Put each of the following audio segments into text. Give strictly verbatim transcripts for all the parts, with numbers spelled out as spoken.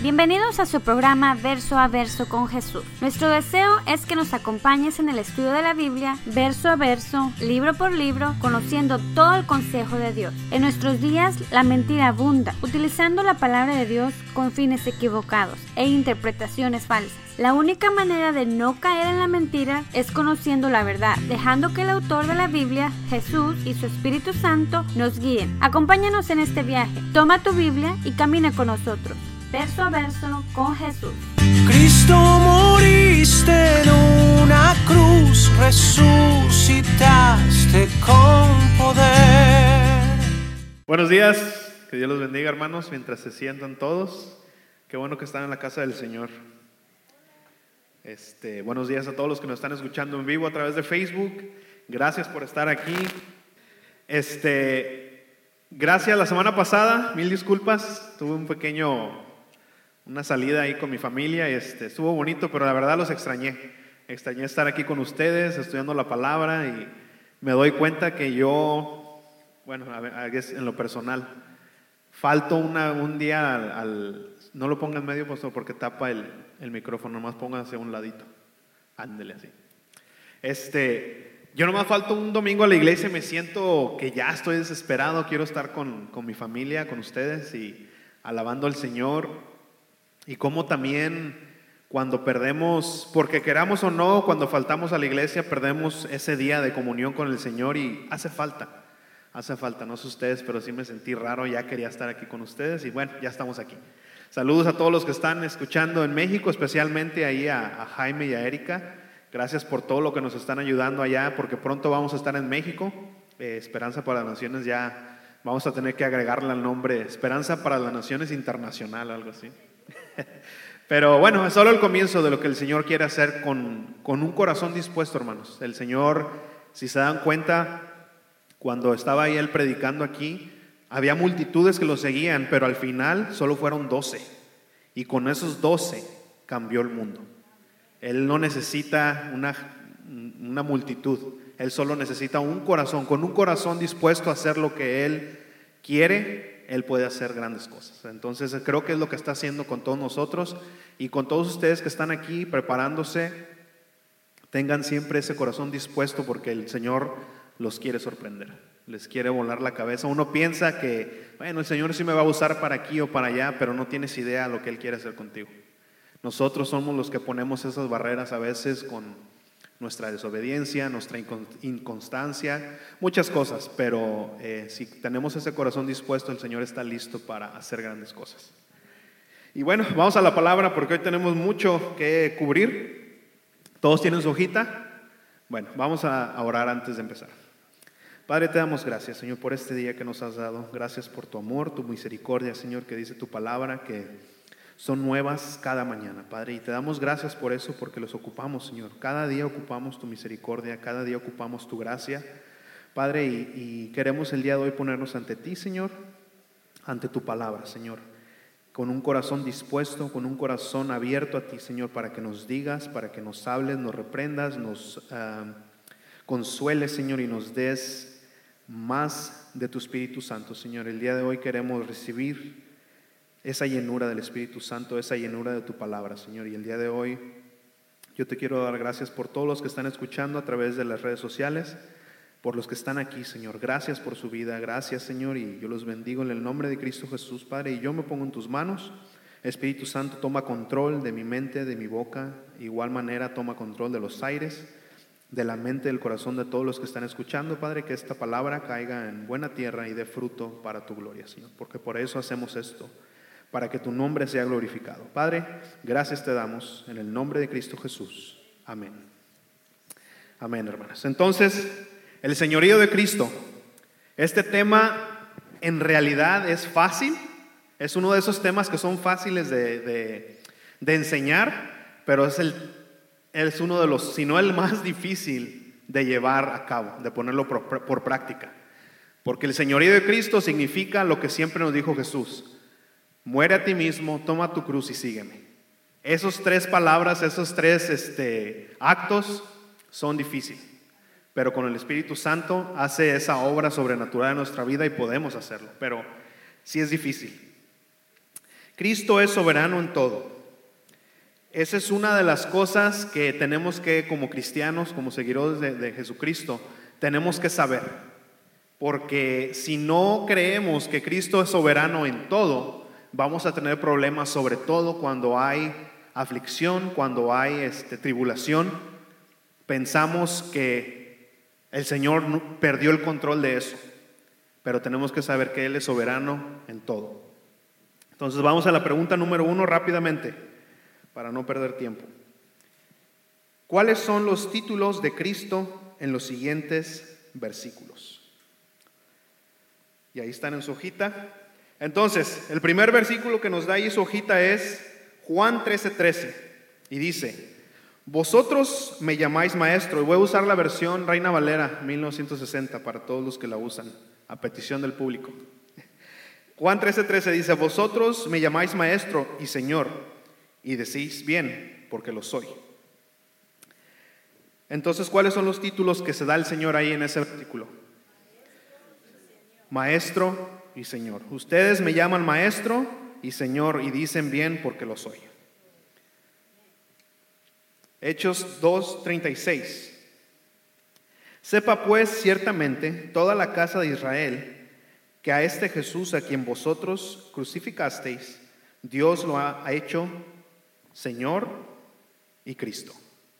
Bienvenidos a su programa Verso a Verso con Jesús. Nuestro deseo es que nos acompañes en el estudio de la Biblia, verso a verso, libro por libro, conociendo todo el consejo de Dios. En nuestros días, la mentira abunda, utilizando la palabra de Dios con fines equivocados e interpretaciones falsas. La única manera de no caer en la mentira es conociendo la verdad, dejando que el autor de la Biblia, Jesús y su Espíritu Santo nos guíen. Acompáñanos en este viaje. Toma tu Biblia y camina con nosotros. Verso a verso con Jesús. Cristo, moriste en una cruz, resucitaste con poder. Buenos días, que Dios los bendiga, hermanos, mientras se sientan todos. Qué bueno que están en la casa del Señor. Este, buenos días a todos los que nos están escuchando en vivo a través de Facebook. Gracias por estar aquí. Este, gracias la semana pasada, mil disculpas, tuve un pequeño, una salida ahí con mi familia. Este, estuvo bonito, pero la verdad los extrañé. Extrañé estar aquí con ustedes, estudiando la palabra, y me doy cuenta que yo, bueno, a ver, en lo personal, falto una, un día al, al no lo ponga en medio, pastor, porque tapa el, el micrófono, nomás ponga hacia un ladito. Ándele así. Este, yo nomás falto un domingo a la iglesia y me siento que ya estoy desesperado, quiero estar con, con mi familia, con ustedes y alabando al Señor. Y como también cuando perdemos, porque queramos o no, cuando faltamos a la iglesia, perdemos ese día de comunión con el Señor y hace falta. Hace falta, no sé ustedes, pero sí me sentí raro, ya quería estar aquí con ustedes y bueno, ya estamos aquí. Saludos a todos los que están escuchando en México, especialmente ahí a, a Jaime y a Erika. Gracias por todo lo que nos están ayudando allá, porque pronto vamos a estar en México. Eh, Esperanza para las Naciones, ya vamos a tener que agregarle al nombre Esperanza para las Naciones Internacional, algo así. Pero bueno, es solo el comienzo de lo que el Señor quiere hacer con, con un corazón dispuesto, hermanos. El Señor, si se dan cuenta, cuando estaba ahí Él predicando aquí, había multitudes que lo seguían, pero al final solo fueron doce. Y con esos doce cambió el mundo. Él no necesita una, una multitud. Él solo necesita un corazón. Con un corazón dispuesto a hacer lo que Él quiere, Él puede hacer grandes cosas. Entonces creo que es lo que está haciendo con todos nosotros. Y con todos ustedes que están aquí preparándose, tengan siempre ese corazón dispuesto, porque el Señor los quiere sorprender, les quiere volar la cabeza. Uno piensa que, bueno, el Señor sí me va a usar para aquí o para allá, pero no tienes idea de lo que Él quiere hacer contigo. Nosotros somos los que ponemos esas barreras a veces con nuestra desobediencia, nuestra inconstancia, muchas cosas, pero eh, si tenemos ese corazón dispuesto, el Señor está listo para hacer grandes cosas. Y bueno, vamos a la palabra, porque hoy tenemos mucho que cubrir. ¿Todos tienen su hojita? Bueno, vamos a orar antes de empezar. Padre, te damos gracias, Señor, por este día que nos has dado. Gracias por tu amor, tu misericordia, Señor, que dice tu palabra que son nuevas cada mañana, Padre. Y te damos gracias por eso, porque los ocupamos, Señor. Cada día ocupamos tu misericordia, cada día ocupamos tu gracia, Padre. Y, y queremos el día de hoy ponernos ante ti, Señor, ante tu palabra, Señor, con un corazón dispuesto, con un corazón abierto a ti, Señor, para que nos digas, para que nos hables, nos reprendas, nos uh, consueles, Señor, y nos des más de tu Espíritu Santo, Señor. El día de hoy queremos recibir esa llenura del Espíritu Santo, esa llenura de tu palabra, Señor. Y el día de hoy yo te quiero dar gracias por todos los que están escuchando a través de las redes sociales, por los que están aquí, Señor. Gracias por su vida, gracias, Señor, y yo los bendigo en el nombre de Cristo Jesús, Padre. Y yo me pongo en tus manos. Espíritu Santo, toma control de mi mente, de mi boca. Igual manera toma control de los aires, de la mente, del corazón de todos los que están escuchando, Padre. Que esta palabra caiga en buena tierra y dé fruto para tu gloria, Señor, porque por eso hacemos esto, para que tu nombre sea glorificado. Padre, gracias te damos en el nombre de Cristo Jesús. Amén. Amén, hermanas. Entonces, el señorío de Cristo. Este tema en realidad es fácil. Es uno de esos temas que son fáciles de, de, de enseñar, pero es, el, es uno de los, si no el más difícil de llevar a cabo, de ponerlo por, por práctica. Porque el señorío de Cristo significa lo que siempre nos dijo Jesús: muere a ti mismo, toma tu cruz y sígueme. Esos tres palabras, esos tres este, actos son difíciles, pero con el Espíritu Santo hace esa obra sobrenatural en nuestra vida y podemos hacerlo, pero sí es difícil. Cristo es soberano en todo. Esa es una de las cosas que tenemos que, como cristianos, como seguidores de, de Jesucristo, tenemos que saber. Porque si no creemos que Cristo es soberano en todo, vamos a tener problemas, sobre todo cuando hay aflicción, cuando hay este, tribulación. Pensamos que el Señor perdió el control de eso, pero tenemos que saber que Él es soberano en todo. Entonces vamos a la pregunta número uno rápidamente, para no perder tiempo. ¿Cuáles son los títulos de Cristo en los siguientes versículos? Y ahí están en su hojita. Entonces, el primer versículo que nos da ahí su hojita es Juan trece trece. Y dice: vosotros me llamáis maestro. Y voy a usar la versión Reina Valera mil novecientos sesenta para todos los que la usan, a petición del público. Juan trece trece dice: vosotros me llamáis maestro y Señor, y decís bien, porque lo soy. Entonces, ¿cuáles son los títulos que se da el Señor ahí en ese versículo? Maestro y Señor. Ustedes me llaman maestro y Señor, y dicen bien, porque lo soy. Hechos dos treinta y seis. Sepa pues ciertamente toda la casa de Israel que a este Jesús a quien vosotros crucificasteis, Dios lo ha hecho Señor y Cristo.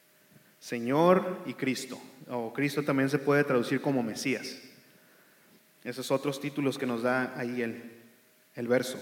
Señor y Cristo. O Cristo también se puede traducir como Mesías. Esos otros títulos que nos da ahí el, el verso.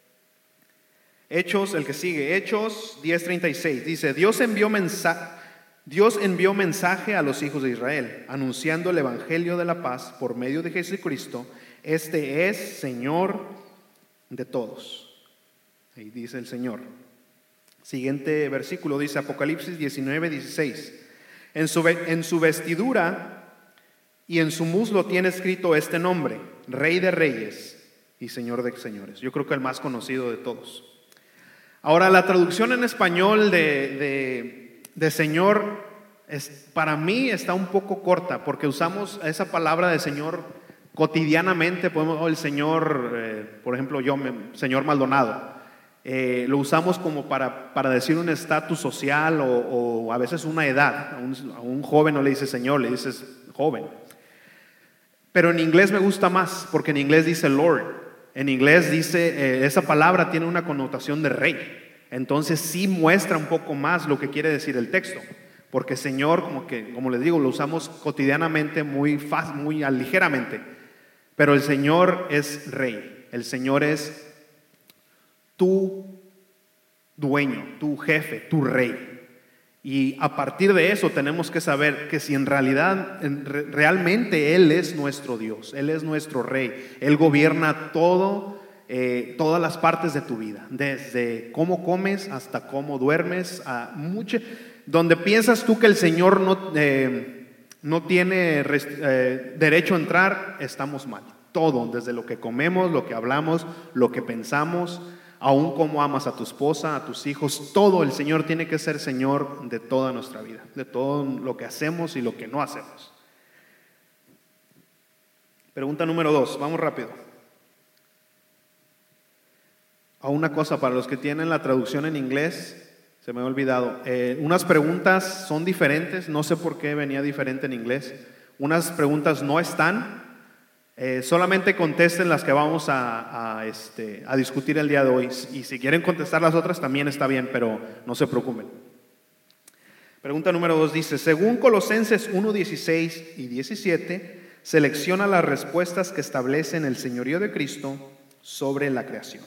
Hechos, el que sigue, Hechos diez treinta y seis, dice: Dios envió, mensa- Dios envió mensaje a los hijos de Israel, anunciando el evangelio de la paz por medio de Jesucristo. Este es Señor de todos. Ahí dice el Señor. Siguiente versículo dice Apocalipsis diecinueve dieciséis. En su, en su vestidura y en su muslo tiene escrito este nombre: Rey de Reyes y Señor de Señores. Yo creo que el más conocido de todos. Ahora, la traducción en español de, de, de Señor es, para mí está un poco corta, porque usamos esa palabra de Señor cotidianamente. Podemos, oh, el Señor, eh, por ejemplo, yo, me, Señor Maldonado. Eh, lo usamos como para, para decir un estatus social o, o a veces una edad. A un, a un joven no le dices Señor, le dices joven. Pero en inglés me gusta más, porque en inglés dice Lord. En inglés dice, eh, esa palabra tiene una connotación de rey. Entonces sí muestra un poco más lo que quiere decir el texto. Porque Señor, como que, como les digo, lo usamos cotidianamente muy fácil, muy ligeramente. Pero el Señor es rey. El Señor es tu dueño, tu jefe, tu rey. Y a partir de eso tenemos que saber que si en realidad, en, re, realmente Él es nuestro Dios, Él es nuestro Rey, Él gobierna todo, eh, todas las partes de tu vida, desde cómo comes hasta cómo duermes, a mucho, donde piensas tú que el Señor no, eh, no tiene rest, eh, derecho a entrar, estamos mal. Todo, desde lo que comemos, lo que hablamos, lo que pensamos, aún cómo amas a tu esposa, a tus hijos, todo el Señor tiene que ser Señor de toda nuestra vida, de todo lo que hacemos y lo que no hacemos. Pregunta número dos, vamos rápido. A una cosa, para los que tienen la traducción en inglés, se me ha olvidado, eh, unas preguntas son diferentes, no sé por qué venía diferente en inglés. Unas preguntas no están. Eh, solamente contesten las que vamos a, a, este, a discutir el día de hoy, y si quieren contestar las otras también está bien, pero no se preocupen. Pregunta número dos dice: según Colosenses uno dieciséis y diecisiete, selecciona las respuestas que establecen el señorío de Cristo sobre la creación.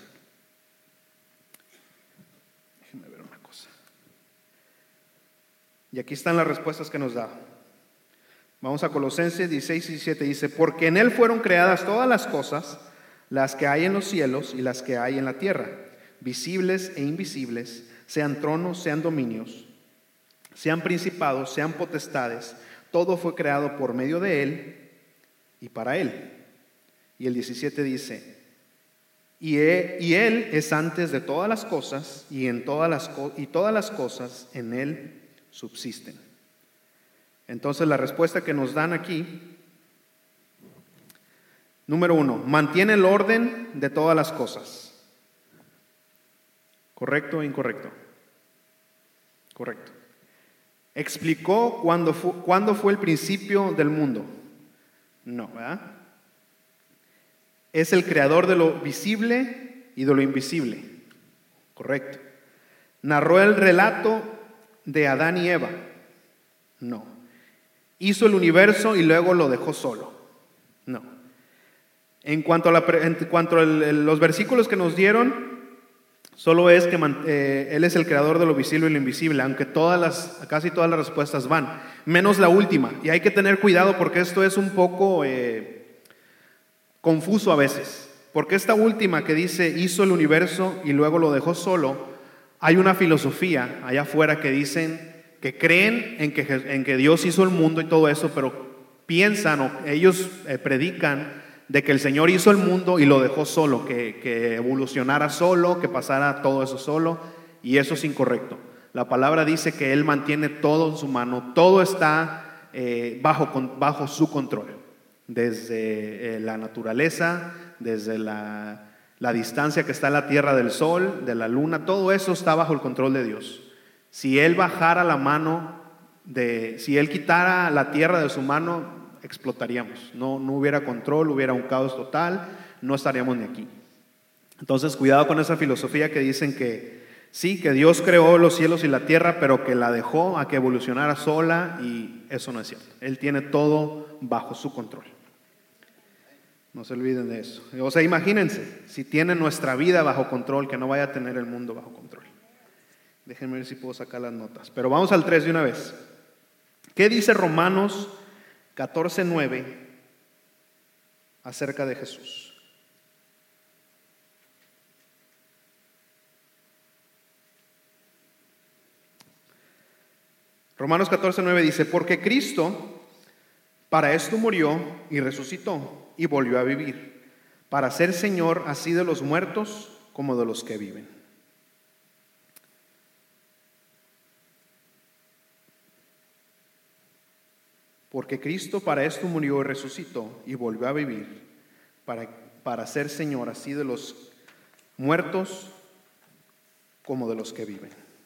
Déjenme ver una cosa. Y aquí están las respuestas que nos da. Vamos a Colosenses dieciséis y diecisiete, dice: porque en Él fueron creadas todas las cosas, las que hay en los cielos y las que hay en la tierra, visibles e invisibles, sean tronos, sean dominios, sean principados, sean potestades, todo fue creado por medio de Él y para Él. Y el diecisiete dice: y Él, y él es antes de todas las cosas, y, en todas las, y todas las cosas en Él subsisten. Entonces la respuesta que nos dan aquí, número uno, mantiene el orden de todas las cosas. ¿Correcto o incorrecto? Correcto. ¿Explicó cuándo fue, cuándo fue el principio del mundo? No, ¿verdad? Es el creador de lo visible y de lo invisible. Correcto. ¿Narró el relato de Adán y Eva? No. ¿Hizo el universo y luego lo dejó solo? No. En cuanto a, la, en cuanto a el, el, los versículos que nos dieron, solo es que eh, Él es el creador de lo visible y lo invisible, aunque todas las, casi todas las respuestas van, menos la última. Y hay que tener cuidado porque esto es un poco eh, confuso a veces. Porque esta última que dice, hizo el universo y luego lo dejó solo, hay una filosofía allá afuera que dicen que creen en que, en que Dios hizo el mundo y todo eso, pero piensan o ellos eh, predican de que el Señor hizo el mundo y lo dejó solo, que, que evolucionara solo, que pasara todo eso solo, y eso es incorrecto. La palabra dice que Él mantiene todo en su mano, todo está eh, bajo, bajo su control, desde eh, la naturaleza, desde la, la distancia que está la tierra del sol, de la luna, todo eso está bajo el control de Dios. Si Él bajara la mano, de, si Él quitara la tierra de su mano, explotaríamos, no, no hubiera control, hubiera un caos total, no estaríamos ni aquí. Entonces cuidado con esa filosofía que dicen que sí, que Dios creó los cielos y la tierra, pero que la dejó a que evolucionara sola, y eso no es cierto. Él tiene todo bajo su control. No se olviden de eso. O sea, imagínense, si tiene nuestra vida bajo control, que no vaya a tener el mundo bajo control. Déjenme ver si puedo sacar las notas. Pero vamos al tres de una vez. ¿Qué dice Romanos catorce nueve acerca de Jesús? Romanos catorce nueve dice, porque Cristo para esto murió y resucitó y volvió a vivir, para ser Señor así de los muertos como de los que viven. Porque Cristo para esto murió y resucitó y volvió a vivir, para, para ser Señor así de los muertos como de los que viven.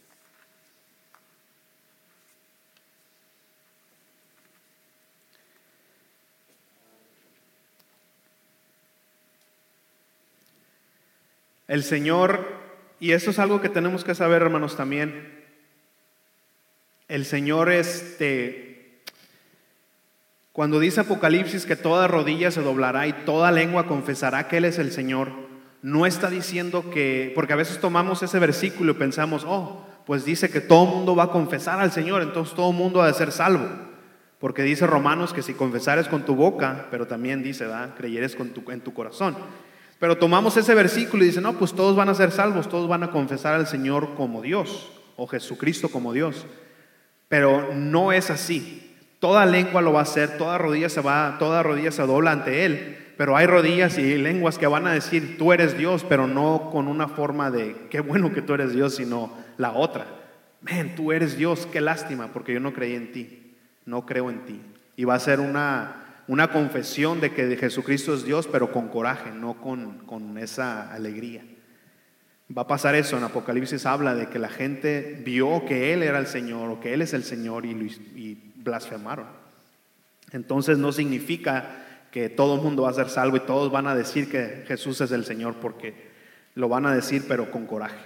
El Señor, y eso es algo que tenemos que saber, hermanos, también. El Señor, este, cuando dice Apocalipsis que toda rodilla se doblará y toda lengua confesará que Él es el Señor, no está diciendo que, porque a veces tomamos ese versículo y pensamos, oh, pues dice que todo el mundo va a confesar al Señor, entonces todo el mundo ha de ser salvo. Porque dice Romanos que si confesares con tu boca, pero también dice, ¿verdad? Creyeres con tu, en tu corazón. Pero tomamos ese versículo y dice, no, pues todos van a ser salvos, todos van a confesar al Señor como Dios, o Jesucristo como Dios. Pero no es así. Toda lengua lo va a hacer, toda rodilla se va, toda rodilla se dobla ante Él. Pero hay rodillas y lenguas que van a decir, tú eres Dios, pero no con una forma de, qué bueno que tú eres Dios, sino la otra. Man, tú eres Dios, qué lástima, porque yo no creí en ti, no creo en ti. Y va a ser una... Una confesión de que Jesucristo es Dios, pero con coraje, no con, con esa alegría. Va a pasar eso. En Apocalipsis habla de que la gente vio que Él era el Señor o que Él es el Señor y, y blasfemaron. Entonces no significa que todo el mundo va a ser salvo y todos van a decir que Jesús es el Señor, porque lo van a decir pero con coraje.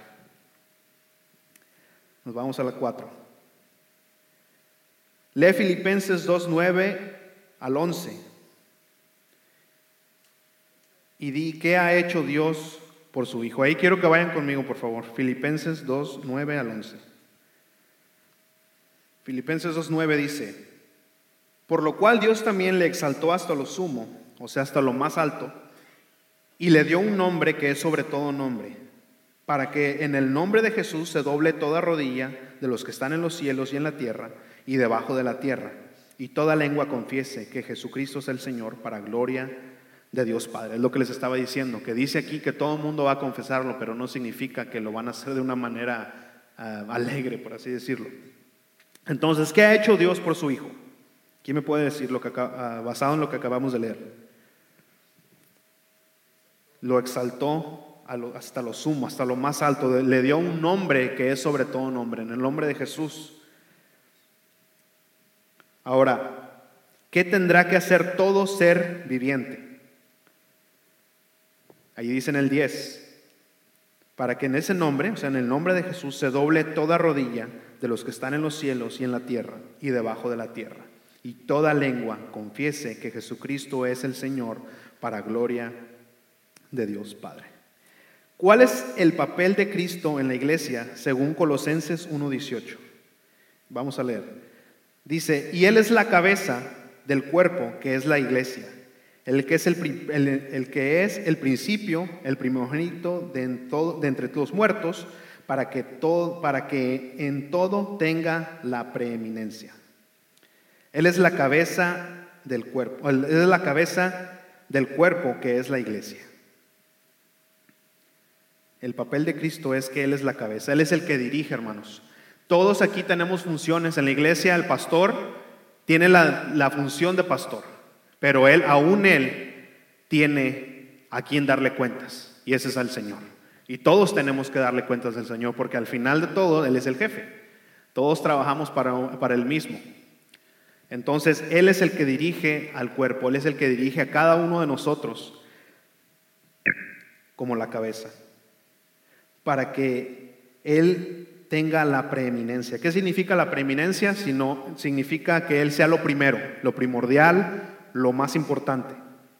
Nos vamos a la cuatro. Lee Filipenses dos nueve al once y di, ¿qué ha hecho Dios por su Hijo? Ahí quiero que vayan conmigo, por favor. Filipenses dos nueve al once. Filipenses dos nueve dice, por lo cual Dios también le exaltó hasta lo sumo, o sea, hasta lo más alto, y le dio un nombre que es sobre todo nombre, para que en el nombre de Jesús se doble toda rodilla de los que están en los cielos y en la tierra y debajo de la tierra, y toda lengua confiese que Jesucristo es el Señor, para gloria de Dios Padre. Es lo que les estaba diciendo, que dice aquí que todo el mundo va a confesarlo, pero no significa que lo van a hacer de una manera uh, alegre, por así decirlo. Entonces, ¿qué ha hecho Dios por su Hijo? ¿Quién me puede decir lo que, uh, basado en lo que acabamos de leer? Lo exaltó a lo, hasta lo sumo, hasta lo más alto. Le dio un nombre que es sobre todo nombre, en el nombre de Jesús. Ahora, ¿qué tendrá que hacer todo ser viviente? Ahí dice en el diez, para que en ese nombre, o sea, en el nombre de Jesús, se doble toda rodilla de los que están en los cielos y en la tierra y debajo de la tierra, y toda lengua confiese que Jesucristo es el Señor, para gloria de Dios Padre. ¿Cuál es el papel de Cristo en la iglesia según Colosenses uno dieciocho? Vamos a leer. Dice, y Él es la cabeza del cuerpo, que es la iglesia, el que es el, el, el, que es el principio, el primogénito de, en todo, de entre los muertos, para que, todo, para que en todo tenga la preeminencia. Él es la cabeza del cuerpo, Él es la cabeza del cuerpo, que es la iglesia. El papel de Cristo es que Él es la cabeza, Él es el que dirige, hermanos. Todos aquí tenemos funciones en la iglesia. El pastor tiene la, la función de pastor, pero él, aún él, tiene a quien darle cuentas, y ese es al Señor. Y todos tenemos que darle cuentas al Señor, porque al final de todo, Él es el jefe. Todos trabajamos para, para Él mismo. Entonces, Él es el que dirige al cuerpo, Él es el que dirige a cada uno de nosotros como la cabeza, para que Él tenga la preeminencia. ¿Qué significa la preeminencia? Sino, significa que Él sea lo primero, lo primordial, lo más importante.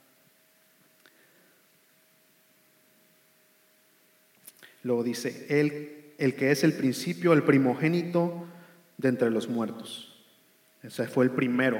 Luego dice, Él, el que es el principio, el primogénito de entre los muertos. Ese fue el primero.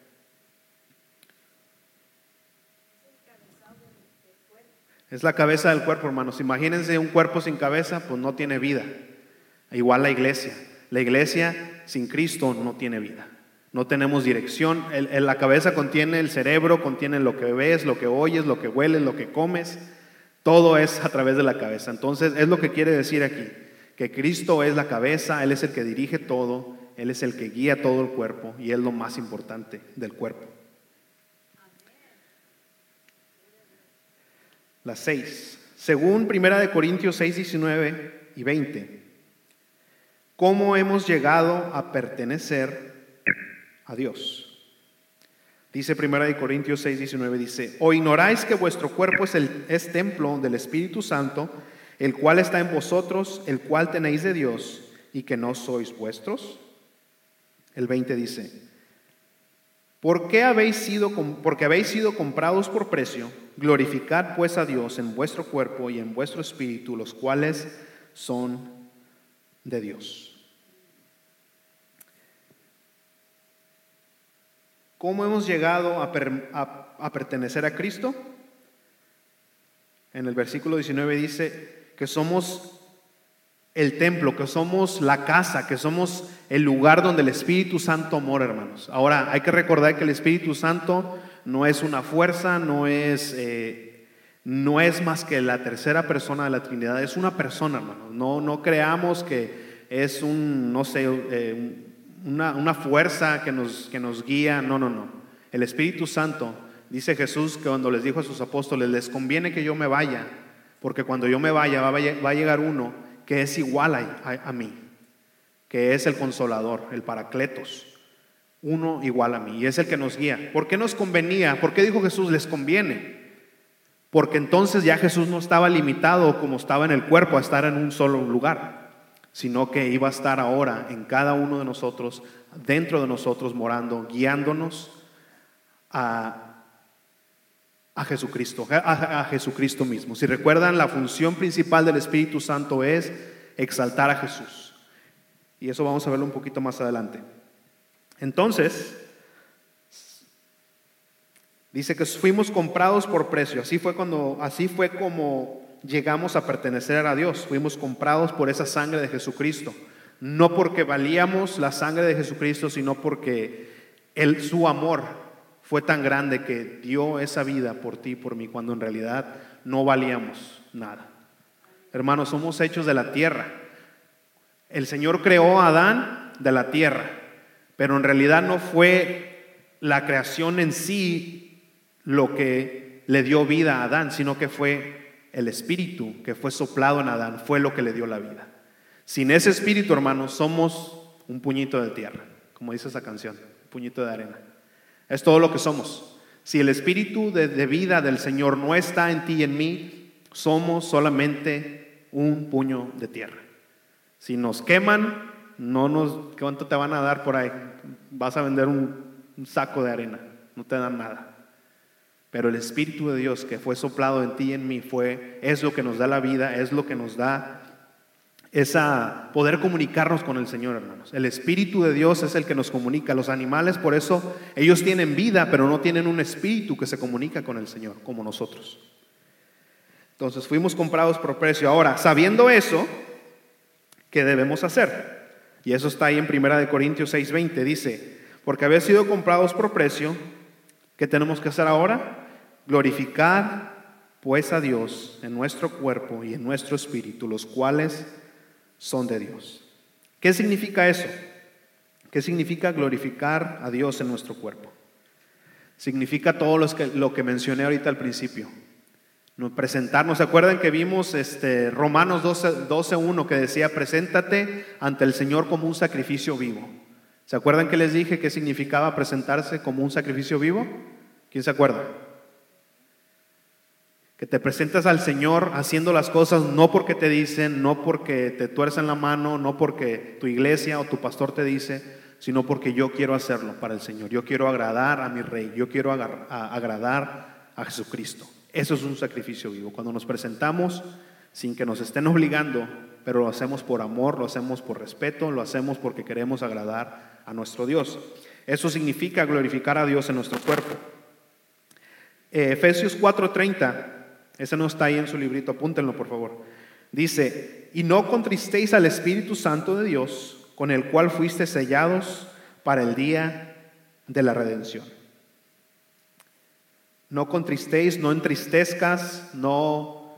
Es la cabeza del cuerpo, hermanos. Imagínense un cuerpo sin cabeza, pues no tiene vida. Igual la iglesia. La iglesia sin Cristo no tiene vida. No tenemos dirección. El, el, la cabeza contiene el cerebro, contiene lo que ves, lo que oyes, lo que hueles, lo que comes. Todo es a través de la cabeza. Entonces es lo que quiere decir aquí, que Cristo es la cabeza, Él es el que dirige todo, Él es el que guía todo el cuerpo y es lo más importante del cuerpo. Las seis. Según Primera de Corintios seis, diecinueve y veinte, ¿cómo hemos llegado a pertenecer a Dios? Dice Primera de Corintios seis, diecinueve, dice, ¿o ignoráis que vuestro cuerpo es, el, es templo del Espíritu Santo, el cual está en vosotros, el cual tenéis de Dios, y que no sois vuestros? El veinte dice, ¿por qué habéis sido, porque habéis sido comprados por precio? Glorificad pues a Dios en vuestro cuerpo y en vuestro espíritu, los cuales son de Dios. ¿Cómo hemos llegado a, per, a, a pertenecer a Cristo? En el versículo diecinueve dice que somos el templo, que somos la casa, que somos el lugar donde el Espíritu Santo mora, hermanos. Ahora, hay que recordar que el Espíritu Santo no es una fuerza, no es, eh, no es más que la tercera persona de la Trinidad, es una persona, hermanos. No, no creamos que es un, no sé, eh, un, Una, una fuerza que nos, que nos guía. No, no, no. El Espíritu Santo, dice Jesús que cuando les dijo a sus apóstoles, les conviene que yo me vaya, porque cuando yo me vaya va a, va a llegar uno que es igual a, a, a mí, que es el Consolador, el Paracletos, uno igual a mí, y es el que nos guía. ¿Por qué nos convenía? ¿Por qué dijo Jesús les conviene? Porque entonces ya Jesús no estaba limitado como estaba en el cuerpo a estar en un solo lugar, sino que iba a estar ahora en cada uno de nosotros, dentro de nosotros, morando, guiándonos a, a Jesucristo, a, a Jesucristo mismo. Si recuerdan, la función principal del Espíritu Santo es exaltar a Jesús, y eso vamos a verlo un poquito más adelante. Entonces, dice que fuimos comprados por precio. Así fue cuando, así fue como llegamos a pertenecer a Dios. Fuimos comprados por esa sangre de Jesucristo, no porque valíamos la sangre de Jesucristo, sino porque él, su amor fue tan grande que dio esa vida por ti y por mí, cuando en realidad no valíamos nada. Hermanos, somos hechos de la tierra. El Señor creó a Adán de la tierra, pero en realidad no fue la creación en sí lo que le dio vida a Adán, sino que fue el espíritu que fue soplado en Adán fue lo que le dio la vida. Sin ese espíritu, hermanos, somos un puñito de tierra, como dice esa canción, un puñito de arena. Es todo lo que somos. Si el espíritu de, de vida del Señor no está en ti y en mí, somos solamente un puño de tierra. Si nos queman, no nos, ¿cuánto te van a dar por ahí? Vas a vender un, un saco de arena, no te dan nada. Pero el Espíritu de Dios que fue soplado en ti y en mí fue, es lo que nos da la vida, es lo que nos da esa poder comunicarnos con el Señor, hermanos. El Espíritu de Dios es el que nos comunica. Los animales, por eso, ellos tienen vida, pero no tienen un espíritu que se comunica con el Señor, como nosotros. Entonces fuimos comprados por precio. Ahora, sabiendo eso, ¿qué debemos hacer? Y eso está ahí en primera de Corintios seis veinte, dice, porque habéis sido comprados por precio, ¿qué tenemos que hacer ahora? Glorificar pues a Dios en nuestro cuerpo y en nuestro espíritu, los cuales son de Dios. ¿Qué significa eso? ¿Qué significa glorificar a Dios en nuestro cuerpo? Significa todo lo que, lo que mencioné ahorita al principio. Nos presentarnos. ¿Se acuerdan que vimos este, Romanos doce uno que decía, preséntate ante el Señor como un sacrificio vivo? ¿Se acuerdan que les dije qué significaba presentarse como un sacrificio vivo? ¿Quién se acuerda? Que te presentas al Señor haciendo las cosas no porque te dicen, no porque te tuercen la mano, no porque tu iglesia o tu pastor te dice, sino porque yo quiero hacerlo para el Señor. Yo quiero agradar a mi Rey, yo quiero agar- a agradar a Jesucristo. Eso es un sacrificio vivo. Cuando nos presentamos sin que nos estén obligando, pero lo hacemos por amor, lo hacemos por respeto, lo hacemos porque queremos agradar a nuestro Dios. Eso significa glorificar a Dios en nuestro cuerpo. Eh, Efesios cuatro treinta. Ese no está ahí en su librito, apúntenlo por favor. Dice, y no contristéis al Espíritu Santo de Dios, con el cual fuiste sellados para el día de la redención. No contristéis, no entristezcas, no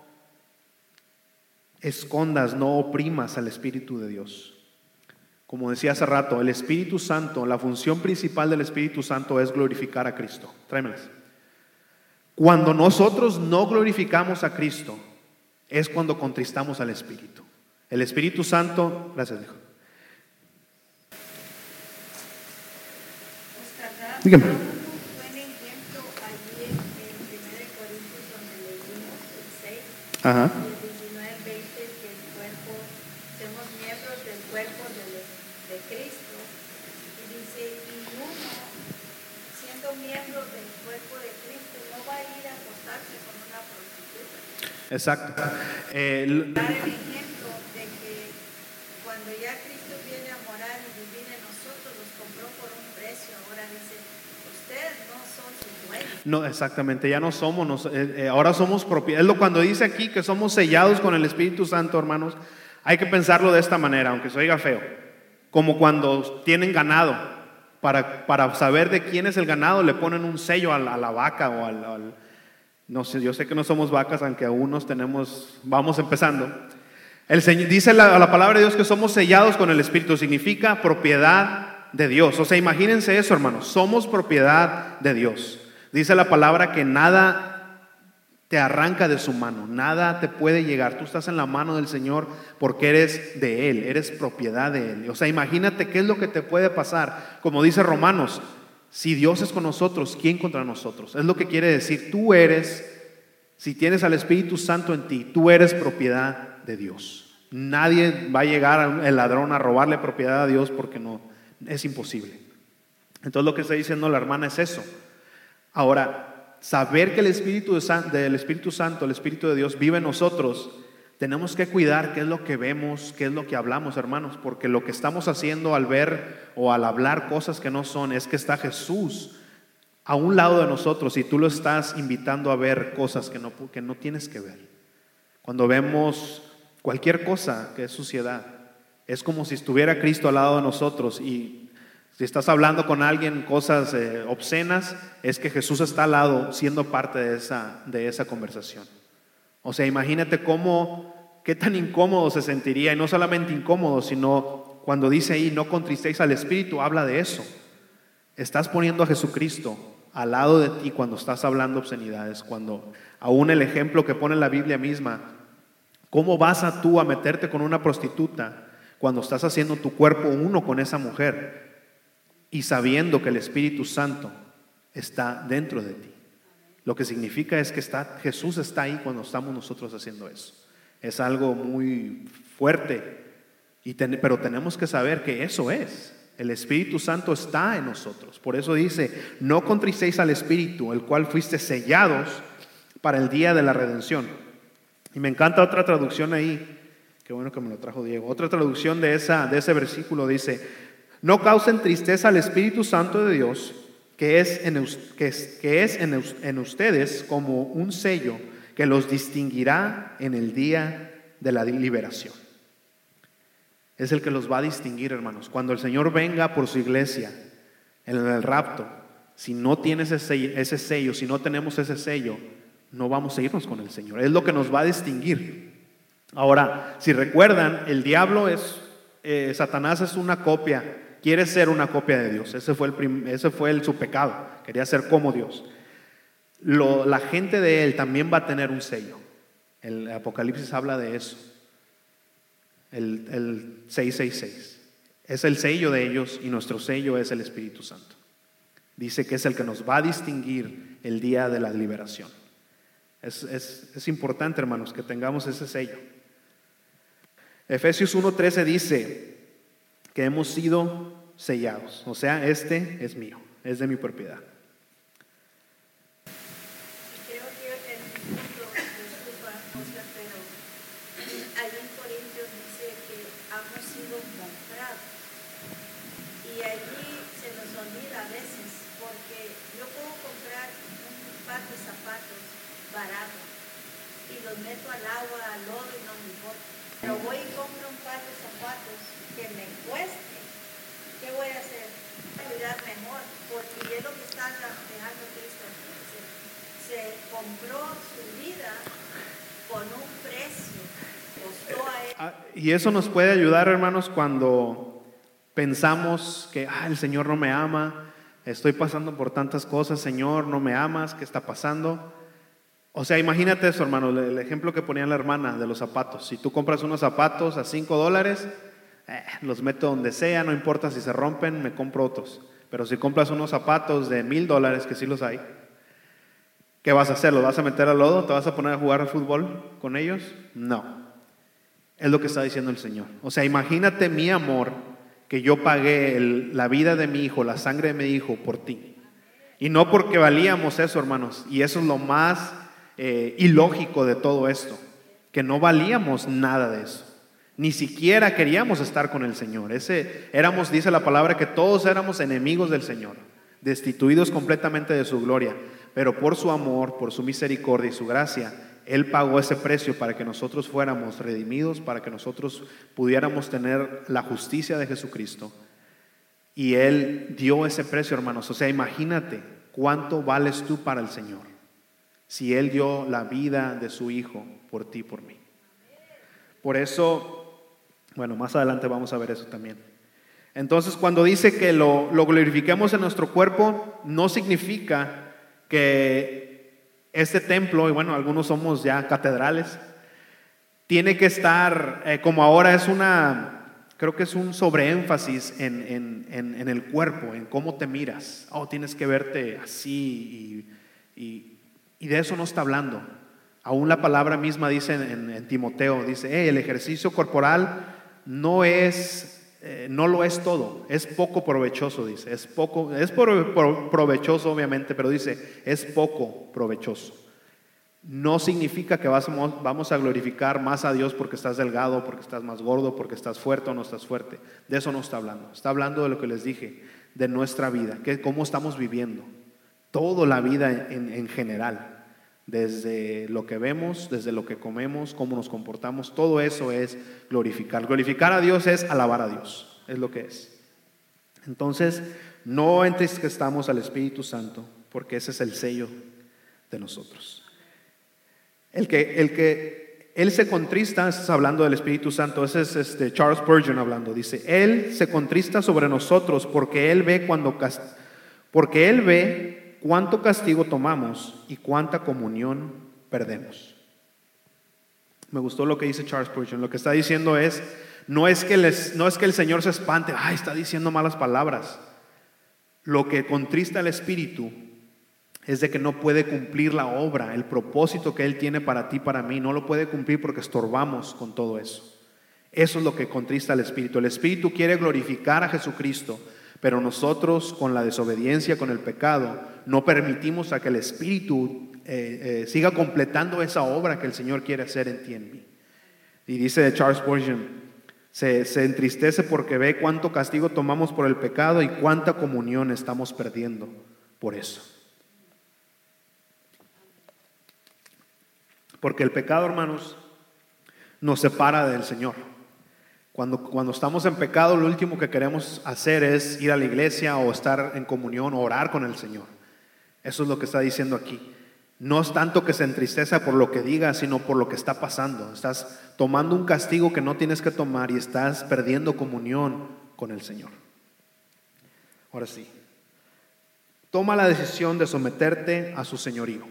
escondas, no oprimas al Espíritu de Dios. Como decía hace rato, el Espíritu Santo, la función principal del Espíritu Santo es glorificar a Cristo. Tráemelas. Cuando nosotros no glorificamos a Cristo, es cuando contristamos al Espíritu. El Espíritu Santo, gracias, hijo. Dígame. Buen ejemplo allí en, en primera de Corintios donde leímos el seis, Ajá. el diecinueve, veinte, que el cuerpo, somos miembros del cuerpo de, de Cristo, y dice, y uno, siendo miembro del cuerpo de Cristo, no va a ir a acostarse con una prostituta. Exacto. Eh, Dar el ejemplo de que cuando ya Cristo viene a morar y vivir en nosotros, los compró por un precio. Ahora dice, ustedes no son sus dueños. No, exactamente, ya no somos, nos, eh, eh, ahora somos propiedad. Es lo cuando dice aquí que somos sellados con el Espíritu Santo, hermanos, hay que pensarlo de esta manera, aunque se oiga feo. Como cuando tienen ganado, para, para saber de quién es el ganado, le ponen un sello a la, a la vaca o al, al, no sé, yo sé que no somos vacas, aunque aún nos tenemos, vamos empezando. El Señor, dice la, la palabra de Dios que somos sellados con el Espíritu, significa propiedad de Dios. O sea, imagínense eso, hermanos, somos propiedad de Dios. Dice la palabra que nada te arranca de su mano, nada te puede llegar. Tú estás en la mano del Señor porque eres de Él, eres propiedad de Él. O sea, imagínate qué es lo que te puede pasar. Como dice Romanos, si Dios es con nosotros, ¿quién contra nosotros? Es lo que quiere decir, tú eres, si tienes al Espíritu Santo en ti, tú eres propiedad de Dios. Nadie va a llegar el ladrón a robarle propiedad a Dios porque no, es imposible. Entonces lo que está diciendo la hermana es eso. Ahora, saber que el Espíritu del Espíritu Santo, el Espíritu de Dios vive en nosotros, tenemos que cuidar qué es lo que vemos, qué es lo que hablamos, hermanos, porque lo que estamos haciendo al ver o al hablar cosas que no son, es que está Jesús a un lado de nosotros y tú lo estás invitando a ver cosas que no, que no tienes que ver. Cuando vemos cualquier cosa que es suciedad, es como si estuviera Cristo al lado de nosotros, y si estás hablando con alguien cosas eh, obscenas, es que Jesús está al lado siendo parte de esa, de esa conversación. O sea, imagínate cómo, qué tan incómodo se sentiría, y no solamente incómodo, sino cuando dice ahí, no contristéis al Espíritu, habla de eso. Estás poniendo a Jesucristo al lado de ti cuando estás hablando obscenidades, cuando aún el ejemplo que pone la Biblia misma, ¿cómo vas a tú a meterte con una prostituta cuando estás haciendo tu cuerpo uno con esa mujer y sabiendo que el Espíritu Santo está dentro de ti? Lo que significa es que está, Jesús está ahí cuando estamos nosotros haciendo eso. Es algo muy fuerte, y ten, pero tenemos que saber que eso es. El Espíritu Santo está en nosotros. Por eso dice, no contristéis al Espíritu, el cual fuiste sellados para el día de la redención. Y me encanta otra traducción ahí, qué bueno que me lo trajo Diego. Otra traducción de, esa, de ese versículo dice, no causen tristeza al Espíritu Santo de Dios, que es, en, que es, que es en, en ustedes como un sello que los distinguirá en el día de la liberación. Es el que los va a distinguir, hermanos. Cuando el Señor venga por su iglesia en el rapto, si no tienes ese sello, ese sello, si no tenemos ese sello, no vamos a irnos con el Señor. Es lo que nos va a distinguir. Ahora, si recuerdan, el diablo es, eh, Satanás es una copia, quiere ser una copia de Dios. Ese fue, el prim, ese fue el, su pecado, quería ser como Dios. Lo, la gente de él también va a tener un sello. El Apocalipsis habla de eso. El, el seiscientos sesenta y seis es el sello de ellos, y nuestro sello es el Espíritu Santo. Dice que es el que nos va a distinguir el día de la liberación. Es, es, es importante, hermanos, que tengamos ese sello. Efesios uno trece dice que hemos sido sellados, o sea, este es mío, es de mi propiedad. Creo que el punto, disculpa, Oscar, pero ahí en Corintios dice que hemos sido comprados, y allí se nos olvida a veces, porque yo puedo comprar un par de zapatos baratos y los meto al agua, al lodo, y no me importa. Pero voy y compro un par de zapatos que me cueste. ¿Qué voy a hacer? Cuidar mejor, porque es lo que está dejando Cristo. Se, se compró su vida con un precio, costó a él. Ah, y eso nos puede ayudar, hermanos, cuando pensamos que ah, el Señor no me ama, estoy pasando por tantas cosas, Señor, no me amas, ¿qué está pasando? O sea, imagínate eso, hermano, el ejemplo que ponía la hermana de los zapatos. Si tú compras unos zapatos a cinco dólares, eh, los meto donde sea, no importa si se rompen, me compro otros. Pero si compras unos zapatos de mil dólares, que sí los hay, ¿qué vas a hacer? ¿Los vas a meter al lodo? ¿Te vas a poner a jugar al fútbol con ellos? No. Es lo que está diciendo el Señor. O sea, imagínate mi amor, que yo pagué el, la vida de mi hijo, la sangre de mi hijo por ti. Y no porque valíamos eso, hermanos. Y eso es lo más Eh, ilógico de todo esto, que no valíamos nada de eso, ni siquiera queríamos estar con el Señor. Ese, éramos, dice la palabra, que todos éramos enemigos del Señor, destituidos completamente de su gloria, pero por su amor, por su misericordia y su gracia, Él pagó ese precio para que nosotros fuéramos redimidos, para que nosotros pudiéramos tener la justicia de Jesucristo, y Él dio ese precio, hermanos. O sea, imagínate cuánto vales tú para el Señor, si Él dio la vida de su Hijo por ti y por mí. Por eso, bueno, más adelante vamos a ver eso también. Entonces, cuando dice que lo, lo glorifiquemos en nuestro cuerpo, no significa que este templo, y bueno, algunos somos ya catedrales, tiene que estar, eh, como ahora es una, creo que es un sobreénfasis en, en, en, en el cuerpo, en cómo te miras. Oh, tienes que verte así y... y Y de eso no está hablando. Aún la palabra misma dice en, en, en Timoteo, dice, hey, el ejercicio corporal no es, eh, no lo es todo, es poco provechoso, dice, es poco, es por, por, provechoso obviamente, pero dice, es poco provechoso. No significa que vas, vamos a glorificar más a Dios porque estás delgado, porque estás más gordo, porque estás fuerte o no estás fuerte. De eso no está hablando. Está hablando de lo que les dije, de nuestra vida, que cómo estamos viviendo. Toda la vida en, en general, desde lo que vemos, desde lo que comemos, cómo nos comportamos, todo eso es glorificar. Glorificar a Dios es alabar a Dios, es lo que es. Entonces, no entristezcamos al Espíritu Santo, porque ese es el sello de nosotros. El que, el que Él se contrista, estás hablando del Espíritu Santo, ese es este Charles Spurgeon hablando, dice, Él se contrista sobre nosotros porque Él ve cuando, porque Él ve cuánto castigo tomamos y cuánta comunión perdemos. Me gustó lo que dice Charles Spurgeon. Lo que está diciendo es, no es que, les, no es que el Señor se espante, ay, está diciendo malas palabras. Lo que contrista al Espíritu es de que no puede cumplir la obra, el propósito que Él tiene para ti, para mí. No lo puede cumplir porque estorbamos con todo eso. Eso es lo que contrista al Espíritu. El Espíritu quiere glorificar a Jesucristo, pero nosotros con la desobediencia, con el pecado, no permitimos a que el Espíritu eh, eh, siga completando esa obra que el Señor quiere hacer en ti y en mí. Y dice de Charles Spurgeon, se, se entristece porque ve cuánto castigo tomamos por el pecado y cuánta comunión estamos perdiendo por eso. Porque el pecado, hermanos, nos separa del Señor. Cuando, cuando estamos en pecado, lo último que queremos hacer es ir a la iglesia o estar en comunión o orar con el Señor. Eso es lo que está diciendo aquí. No es tanto que se entristeza por lo que diga, sino por lo que está pasando. Estás tomando un castigo que no tienes que tomar y estás perdiendo comunión con el Señor. Ahora sí, toma la decisión de someterte a su señorío.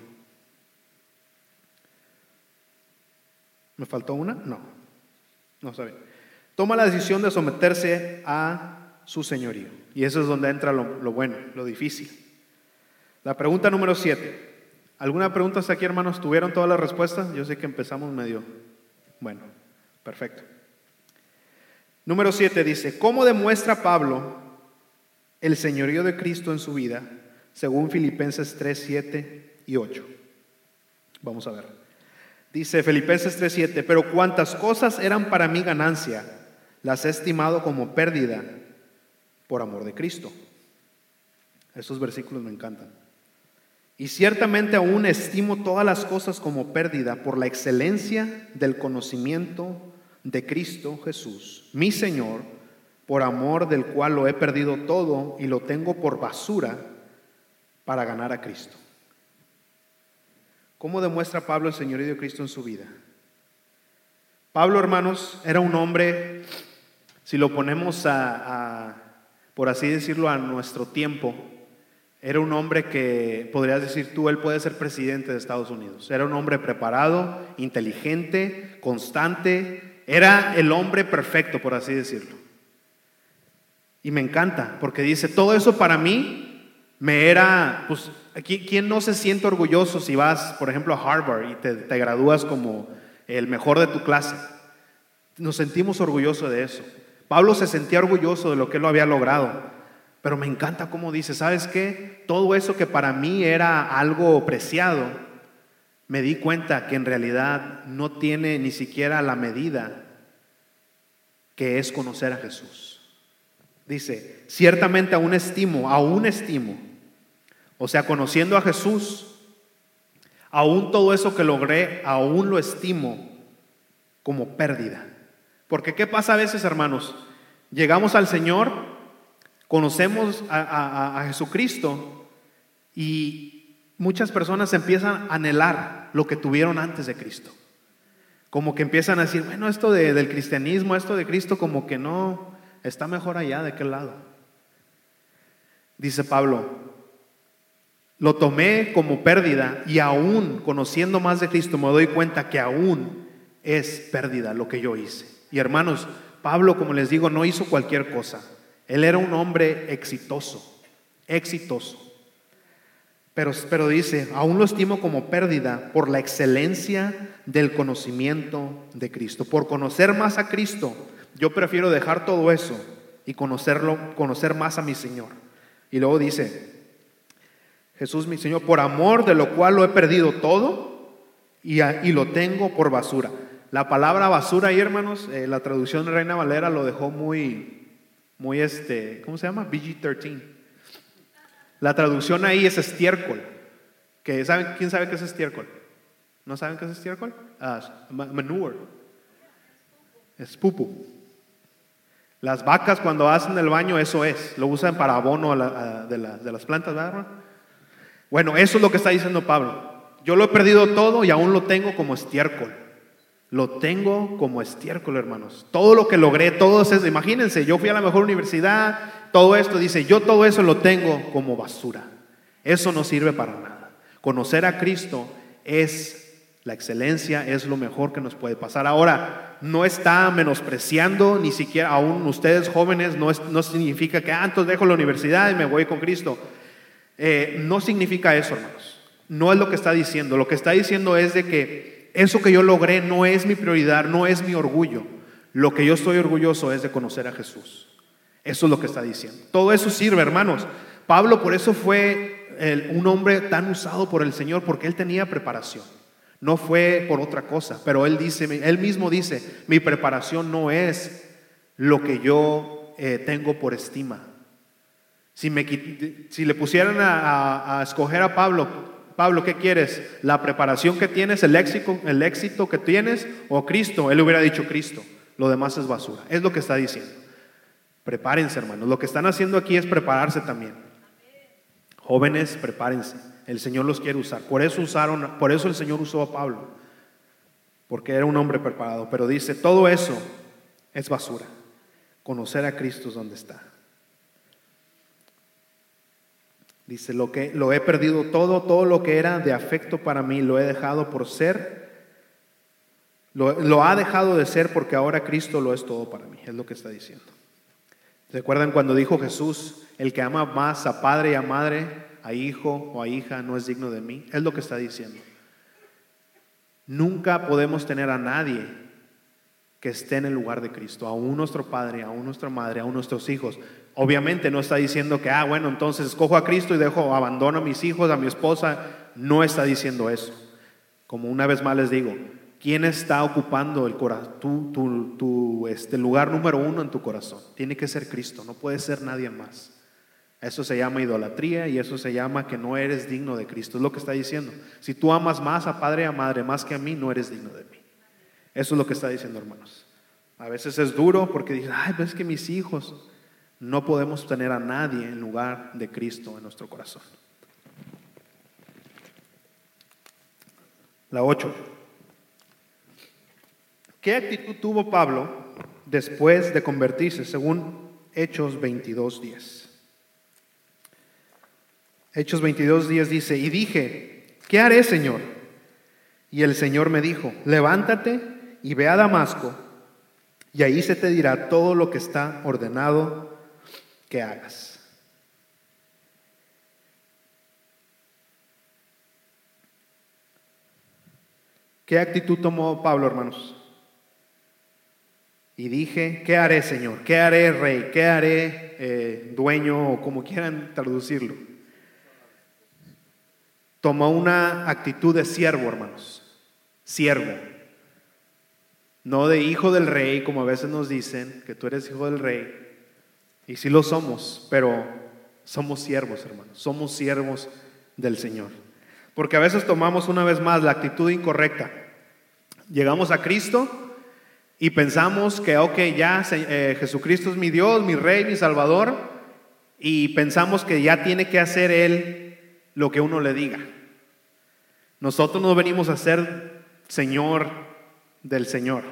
¿Me faltó una? No, no está bien. Toma la decisión de someterse a su señorío. Y eso es donde entra lo, lo bueno, lo difícil. La pregunta número siete. ¿Alguna pregunta hasta aquí, hermanos? ¿Tuvieron todas las respuestas? Yo sé que empezamos medio... Bueno, perfecto. Número siete dice, ¿cómo demuestra Pablo el señorío de Cristo en su vida? Según Filipenses tres, siete y ocho. Vamos a ver. Dice Filipenses tres, siete, pero cuantas cosas eran para mí ganancia, las he estimado como pérdida por amor de Cristo. Esos versículos me encantan. Y ciertamente aún estimo todas las cosas como pérdida por la excelencia del conocimiento de Cristo Jesús, mi Señor, por amor del cual lo he perdido todo y lo tengo por basura para ganar a Cristo. ¿Cómo demuestra Pablo el señorío de Cristo en su vida? Pablo, hermanos, era un hombre, si lo ponemos a, a, por así decirlo, a nuestro tiempo, era un hombre que, podrías decir tú, él puede ser presidente de Estados Unidos. Era un hombre preparado, inteligente, constante. Era el hombre perfecto, por así decirlo. Y me encanta, porque dice, todo eso para mí me era, pues, ¿quién no se siente orgulloso si vas, por ejemplo, a Harvard y te, te gradúas como el mejor de tu clase? Nos sentimos orgullosos de eso. Pablo se sentía orgulloso de lo que él lo había logrado. Pero me encanta cómo dice, ¿sabes qué? Todo eso que para mí era algo preciado, me di cuenta que en realidad no tiene ni siquiera la medida que es conocer a Jesús. Dice, ciertamente aún estimo, aún estimo, o sea, conociendo a Jesús, aún todo eso que logré, aún lo estimo como pérdida. Porque ¿qué pasa a veces, hermanos? Llegamos al Señor, conocemos a, a, a Jesucristo y muchas personas empiezan a anhelar lo que tuvieron antes de Cristo. Como que empiezan a decir, bueno, esto de, del cristianismo, esto de Cristo como que no, está mejor allá, ¿de qué lado? Dice Pablo, lo tomé como pérdida y aún conociendo más de Cristo me doy cuenta que aún es pérdida lo que yo hice. Y hermanos, Pablo, como les digo, no hizo cualquier cosa. Él era un hombre exitoso, exitoso. Pero, pero dice, aún lo estimo como pérdida por la excelencia del conocimiento de Cristo. Por conocer más a Cristo, yo prefiero dejar todo eso y conocerlo, conocer más a mi Señor. Y luego dice, Jesús mi Señor, por amor de lo cual lo he perdido todo y, a, y lo tengo por basura. La palabra basura ahí, hermanos, eh, la traducción de Reina Valera lo dejó muy, muy este, ¿cómo se llama? P G trece. La traducción ahí es estiércol. Que, ¿saben? ¿Quién sabe qué es estiércol? ¿No saben qué es estiércol? Ah, manure. Es pupu. Las vacas cuando hacen el baño, eso es. Lo usan para abono a la, a, de, la, de las plantas, ¿verdad? Bueno, eso es lo que está diciendo Pablo. Yo lo he perdido todo y aún lo tengo como estiércol. Lo tengo como estiércol, hermanos. Todo lo que logré, todo eso, imagínense, yo fui a la mejor universidad, todo esto, dice, yo todo eso lo tengo como basura. Eso no sirve para nada. Conocer a Cristo es la excelencia, es lo mejor que nos puede pasar. Ahora, no está menospreciando, ni siquiera aún ustedes jóvenes, no, es, no significa que ah, entonces dejo la universidad y me voy con Cristo. Eh, no significa eso, hermanos. No es lo que está diciendo. Lo que está diciendo es de que eso que yo logré no es mi prioridad, no es mi orgullo. Lo que yo estoy orgulloso es de conocer a Jesús. Eso es lo que está diciendo. Todo eso sirve, hermanos. Pablo por eso fue el, un hombre tan usado por el Señor, porque él tenía preparación. No fue por otra cosa, pero él dice, él mismo dice, mi preparación no es lo que yo eh, tengo por estima. Si, me, si le pusieran a, a, a escoger a Pablo, Pablo, ¿qué quieres? ¿La preparación que tienes, el éxito, el éxito que tienes o Cristo? Él hubiera dicho Cristo, lo demás es basura. Es lo que está diciendo. Prepárense, hermanos. Lo que están haciendo aquí es prepararse también. Jóvenes, prepárense. El Señor los quiere usar. Por eso usaron, por eso el Señor usó a Pablo, porque era un hombre preparado. Pero dice, todo eso es basura. Conocer a Cristo es donde está. Dice, lo que lo he perdido todo, todo lo que era de afecto para mí, lo he dejado por ser, lo, lo ha dejado de ser porque ahora Cristo lo es todo para mí. Es lo que está diciendo. ¿Recuerdan cuando dijo Jesús, el que ama más a padre y a madre, a hijo o a hija, no es digno de mí? Es lo que está diciendo. Nunca podemos tener a nadie que esté en el lugar de Cristo, aún nuestro padre, aún nuestra madre, aún nuestros hijos. Obviamente no está diciendo que, ah, bueno, entonces escojo a Cristo y dejo, abandono a mis hijos, a mi esposa. No está diciendo eso. Como una vez más les digo, ¿quién está ocupando el corazón, tu, tu, tu, este lugar número uno en tu corazón? Tiene que ser Cristo, no puede ser nadie más. Eso se llama idolatría y eso se llama que no eres digno de Cristo. Es lo que está diciendo. Si tú amas más a padre y a madre más que a mí, no eres digno de mí. Eso es lo que está diciendo, hermanos. A veces es duro porque dices, ay, pues es que mis hijos. No podemos tener a nadie en lugar de Cristo en nuestro corazón. La ocho. ¿Qué actitud tuvo Pablo después de convertirse? Según Hechos veintidós diez. Hechos veintidós diez dice, y dije, ¿qué haré, Señor? Y el Señor me dijo, levántate y ve a Damasco, y ahí se te dirá todo lo que está ordenado que hagas. ¿Qué actitud tomó Pablo, hermanos? Y dije, ¿qué haré, Señor? ¿Qué haré, Rey? ¿Qué haré, eh, dueño? O como quieran traducirlo. Tomó una actitud de siervo, hermanos. Siervo. No de hijo del rey, como a veces nos dicen, que tú eres hijo del rey. Y sí lo somos, pero somos siervos, hermanos. Somos siervos del Señor. Porque a veces tomamos una vez más la actitud incorrecta. Llegamos a Cristo y pensamos que, ok, ya eh, Jesucristo es mi Dios, mi Rey, mi Salvador. Y pensamos que ya tiene que hacer Él lo que uno le diga. Nosotros no venimos a ser Señor del Señor.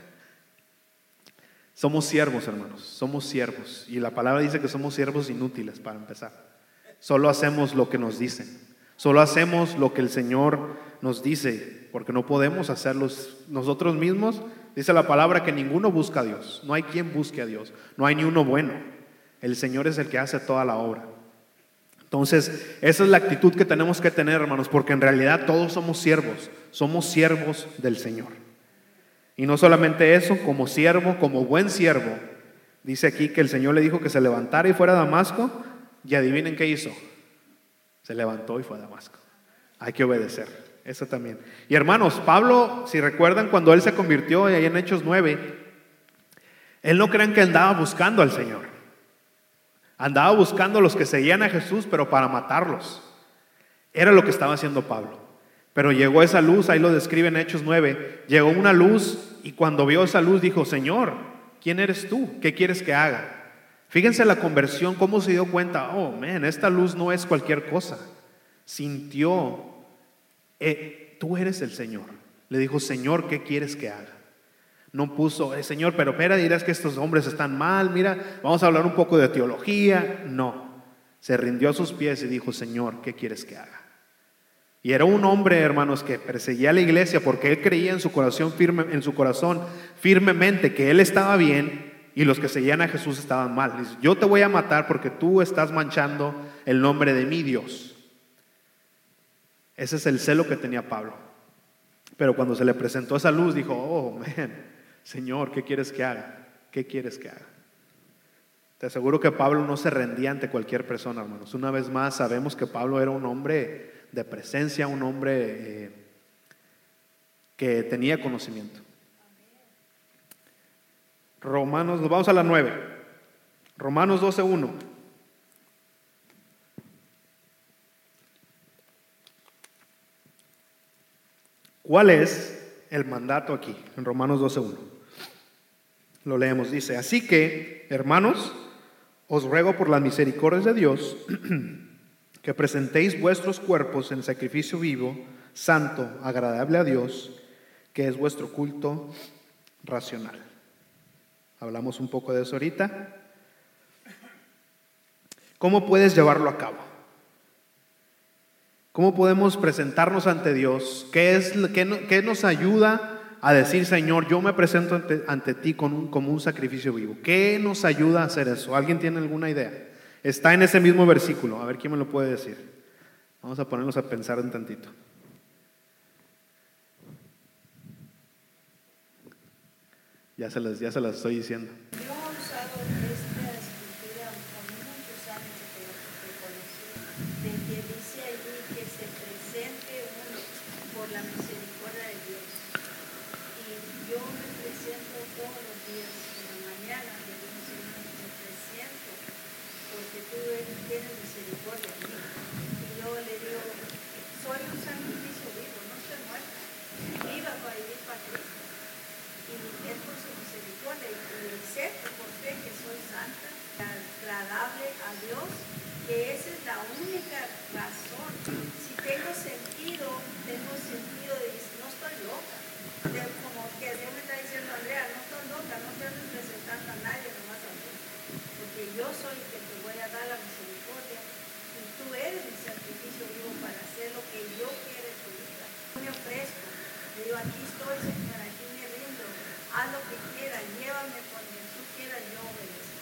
Somos siervos, hermanos, somos siervos. Y la palabra dice que somos siervos inútiles para empezar. Solo hacemos lo que nos dicen. Solo hacemos lo que el Señor nos dice, porque no podemos hacerlo nosotros mismos. Dice la palabra que ninguno busca a Dios. No hay quien busque a Dios. No hay ni uno bueno. El Señor es el que hace toda la obra. Entonces, esa es la actitud que tenemos que tener, hermanos, porque en realidad todos somos siervos. Somos siervos del Señor. Y no solamente eso, como siervo, como buen siervo, dice aquí que el Señor le dijo que se levantara y fuera a Damasco, y adivinen qué hizo. Se levantó y fue a Damasco. Hay que obedecer, eso también. Y hermanos, Pablo, si recuerdan cuando él se convirtió ahí en Hechos nueve, él no crean que andaba buscando al Señor. Andaba buscando a los que seguían a Jesús, pero para matarlos. Era lo que estaba haciendo Pablo. Pero llegó esa luz, ahí lo describe en Hechos nueve, llegó una luz y cuando vio esa luz dijo, Señor, ¿quién eres tú? ¿Qué quieres que haga? Fíjense la conversión, cómo se dio cuenta, oh, man, esta luz no es cualquier cosa. Sintió, eh, tú eres el Señor. Le dijo, Señor, ¿qué quieres que haga? No puso, eh, Señor, pero espera, dirás que estos hombres están mal, mira, vamos a hablar un poco de teología. No, Se rindió a sus pies y dijo: Señor, ¿qué quieres que haga? Y era un hombre, hermanos, que perseguía a la iglesia porque él creía en su corazón firme, en su corazón firmemente que él estaba bien y los que seguían a Jesús estaban mal. Dice: yo te voy a matar porque tú estás manchando el nombre de mi Dios. Ese es el celo que tenía Pablo. Pero cuando se le presentó esa luz, dijo: oh, man, Señor, ¿qué quieres que haga? ¿Qué quieres que haga? Te aseguro que Pablo no se rendía ante cualquier persona, hermanos. Una vez más, sabemos que Pablo era un hombre de presencia, un hombre eh, que tenía conocimiento. Romanos, vamos a la nueve. Romanos doce uno. ¿Cuál es el mandato aquí? En Romanos doce uno. Lo leemos, dice: así que, hermanos, os ruego por las misericordias de Dios que presentéis vuestros cuerpos en sacrificio vivo, santo, agradable a Dios, que es vuestro culto racional. Hablamos un poco de eso ahorita. ¿Cómo puedes llevarlo a cabo? ¿Cómo podemos presentarnos ante Dios? ¿Qué es, qué, qué nos ayuda a decir: Señor, yo me presento ante, ante ti con un, como un sacrificio vivo? ¿Qué nos ayuda a hacer eso? ¿Alguien tiene alguna idea? Está en ese mismo versículo. A ver quién me lo puede decir. Vamos a ponernos a pensar un tantito. Ya se las, ya se las estoy diciendo. Yo he usado esta escritura con muchos años que que conocí, de que dice allí que se presente uno por la misericordia de Dios. Y yo me presento todos los días en la mañana, le digo: Señor, me presento porque tú tienes misericordia de mí. Y yo le digo: soy un sacrificio vivo, no estoy muerta, viva para vivir para Cristo. Y es por su misericordia, y acepto por fe que soy santa, agradable a Dios, que esa es la única razón. Si tengo sentido, tengo sentido de no estoy loca. De, como que Dios me está diciendo: Andrea, no estoy loca, no te andes presentando a nadie, nomás a mí. Porque yo soy el que te voy a dar la misericordia, y tú eres mi sacrificio vivo para hacer lo que yo quiero en tu vida. Me ofrezco, le digo: aquí estoy, Señor, aquí me rindo, haz lo que quieras, llévame cuando tú quieras, yo obedezco.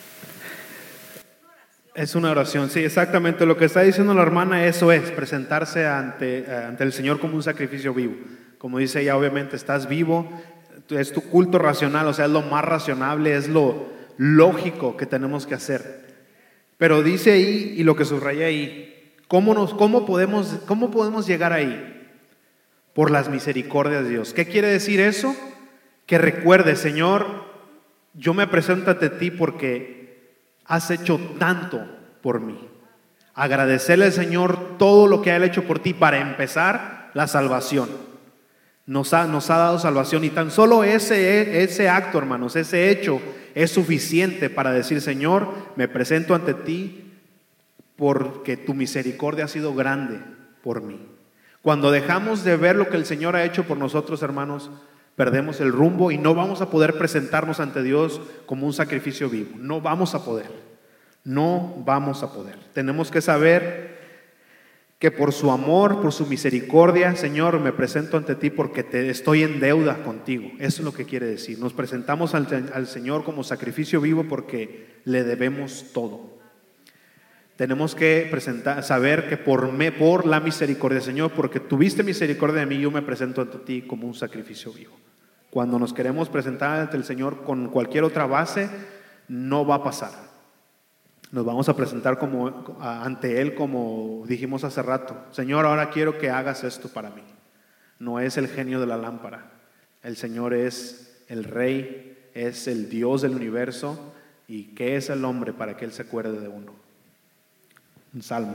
Es una oración, sí, exactamente lo que está diciendo la hermana. Eso es presentarse ante, ante el Señor como un sacrificio vivo. Como dice ella, obviamente estás vivo, es tu culto racional, o sea, es lo más razonable, es lo lógico que tenemos que hacer. Pero dice ahí, y lo que subrayé ahí, ¿cómo, nos, cómo, podemos, ¿cómo podemos llegar ahí? Por las misericordias de Dios. ¿Qué quiere decir eso? Que recuerde: Señor, yo me presento ante ti porque has hecho tanto por mí. Agradecerle al Señor todo lo que ha hecho por ti. Para empezar, la salvación. Nos ha, nos ha dado salvación, y tan solo ese, ese acto, hermanos, ese hecho es suficiente para decir: Señor, me presento ante ti porque tu misericordia ha sido grande por mí. Cuando dejamos de ver lo que el Señor ha hecho por nosotros, hermanos, perdemos el rumbo y no vamos a poder presentarnos ante Dios como un sacrificio vivo. No vamos a poder. No vamos a poder. Tenemos que saber que por su amor, por su misericordia, Señor, me presento ante ti porque te estoy en deuda contigo. Eso es lo que quiere decir. Nos presentamos al, al Señor como sacrificio vivo porque le debemos todo. Tenemos que presentar, saber que por, me, por la misericordia, Señor, porque tuviste misericordia de mí, yo me presento ante ti como un sacrificio vivo. Cuando nos queremos presentar ante el Señor con cualquier otra base, no va a pasar. Nos vamos a presentar como, ante Él, como dijimos hace rato: Señor, ahora quiero que hagas esto para mí. No es el genio de la lámpara. El Señor es el Rey, es el Dios del universo. ¿Y qué es el hombre para que Él se acuerde de uno? Un salmo.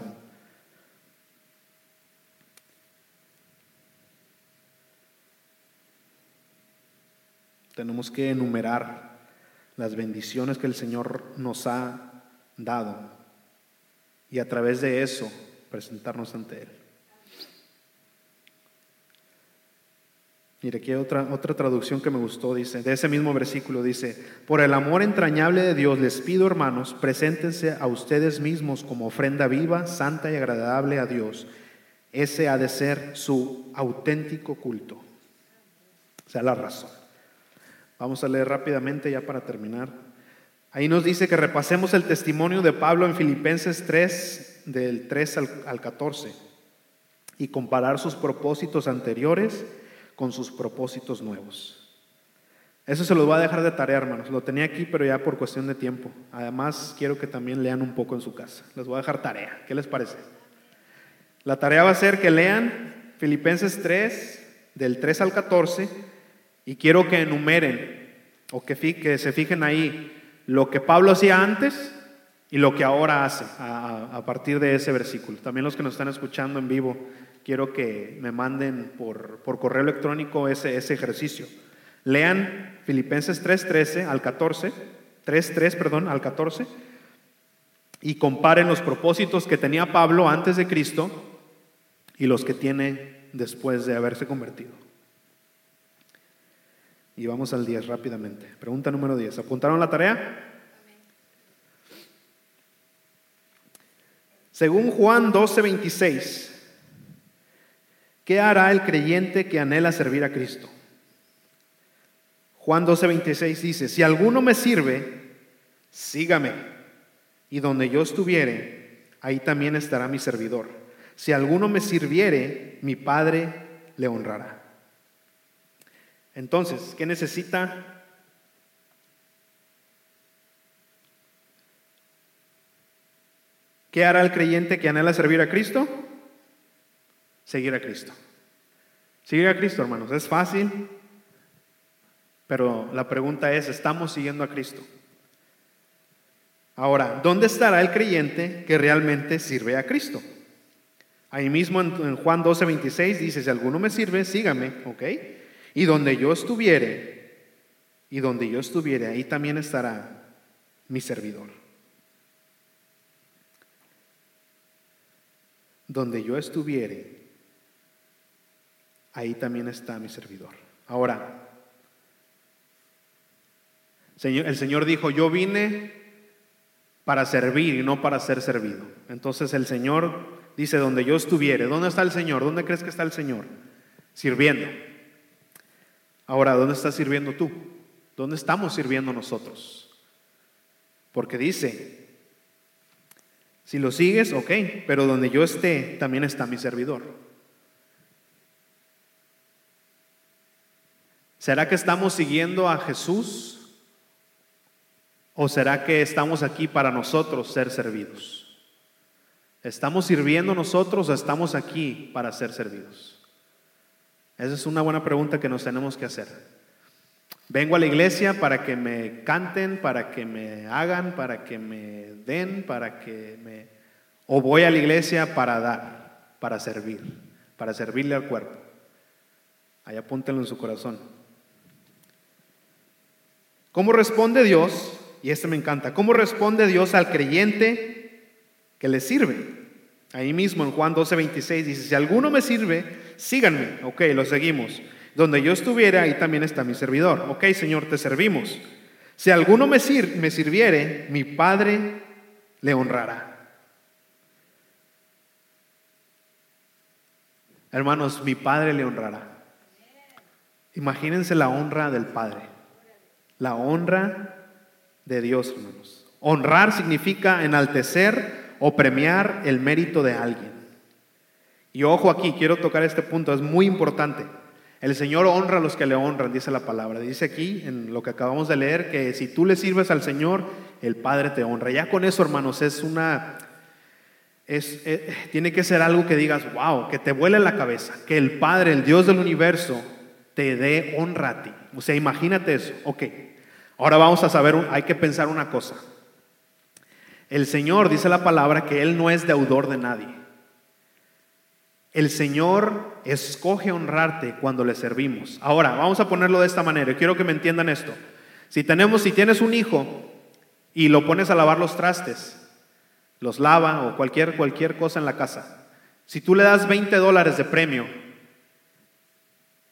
Tenemos que enumerar las bendiciones que el Señor nos ha dado y a través de eso presentarnos ante Él. Mire, aquí hay otra, otra traducción que me gustó, dice, de ese mismo versículo, dice: por el amor entrañable de Dios les pido, hermanos, preséntense a ustedes mismos como ofrenda viva, santa y agradable a Dios. Ese ha de ser su auténtico culto. O sea, la razón. Vamos a leer rápidamente ya para terminar. Ahí nos dice que repasemos el testimonio de Pablo en Filipenses tres, del tres al, al catorce, y comparar sus propósitos anteriores con sus propósitos nuevos. Eso se los voy a dejar de tarea, hermanos. Lo tenía aquí, pero ya por cuestión de tiempo. Además, quiero que también lean un poco en su casa. Les voy a dejar tarea. ¿Qué les parece? La tarea va a ser que lean Filipenses tres, del tres al catorce, y quiero que enumeren, o que, que se fijen ahí, lo que Pablo hacía antes y lo que ahora hace a, a partir de ese versículo. También los que nos están escuchando en vivo, quiero que me manden por, por correo electrónico ese, ese ejercicio. Lean Filipenses tres, trece al catorce, tres, tres, perdón, al catorce, y comparen los propósitos que tenía Pablo antes de Cristo y los que tiene después de haberse convertido. Y vamos al diez rápidamente. Pregunta número diez. ¿Apuntaron la tarea? Según Juan doce, veintiséis, ¿qué hará el creyente que anhela servir a Cristo? Juan doce, veintiséis dice: si alguno me sirve, sígame, y donde yo estuviere, ahí también estará mi servidor. Si alguno me sirviere, mi Padre le honrará. Entonces, ¿qué necesita? ¿Qué hará el creyente que anhela servir a Cristo? Seguir a Cristo. Seguir a Cristo, hermanos, es fácil, pero la pregunta es, ¿estamos siguiendo a Cristo? Ahora, ¿dónde estará el creyente que realmente sirve a Cristo? Ahí mismo en Juan doce, veintiséis dice: si alguno me sirve, sígame, ¿ok? Y donde yo estuviere, y donde yo estuviere, ahí también estará mi servidor. Donde yo estuviere, ahí también está mi servidor. Ahora, el Señor dijo: yo vine para servir y no para ser servido. Entonces el Señor dice: donde yo estuviere. ¿Dónde está el Señor? ¿Dónde crees que está el Señor? Sirviendo. Ahora, ¿dónde estás sirviendo tú? ¿Dónde estamos sirviendo nosotros? Porque dice: si lo sigues, ok, pero donde yo esté, también está mi servidor. ¿Será que estamos siguiendo a Jesús? ¿O será que estamos aquí para nosotros ser servidos? ¿Estamos sirviendo nosotros o estamos aquí para ser servidos? Esa es una buena pregunta que nos tenemos que hacer. Vengo a la iglesia para que me canten, para que me hagan, para que me den, para que me... o voy a la iglesia para dar, para servir, para servirle al cuerpo. Ahí apúntenlo en su corazón. ¿Cómo responde Dios? Y este me encanta. ¿Cómo responde Dios al creyente que le sirve? Ahí mismo en Juan doce, veintiséis dice: si alguno me sirve, síganme. Ok, lo seguimos. Donde yo estuviera, ahí también está mi servidor. Ok, Señor, te servimos. Si alguno me, sir- me sirviere, mi Padre le honrará. Hermanos, mi Padre le honrará. Imagínense la honra del Padre. La honra de Dios, hermanos. Honrar significa enaltecer o premiar el mérito de alguien. Y ojo aquí, quiero tocar este punto, es muy importante. El Señor honra a los que le honran, dice la palabra. Dice aquí, en lo que acabamos de leer, que si tú le sirves al Señor, el Padre te honra. Ya con eso, hermanos, es una... Es, es, tiene que ser algo que digas, wow, que te vuele la cabeza. Que el Padre, el Dios del universo, te dé honra a ti. O sea, imagínate eso. Ok, ahora vamos a saber, hay que pensar una cosa. El Señor, dice la palabra, que Él no es deudor de nadie. El Señor escoge honrarte cuando le servimos. Ahora, vamos a ponerlo de esta manera. Yo quiero que me entiendan esto. Si tenemos, si tienes un hijo y lo pones a lavar los trastes, los lava o cualquier, cualquier cosa en la casa. Si tú le das veinte dólares de premio,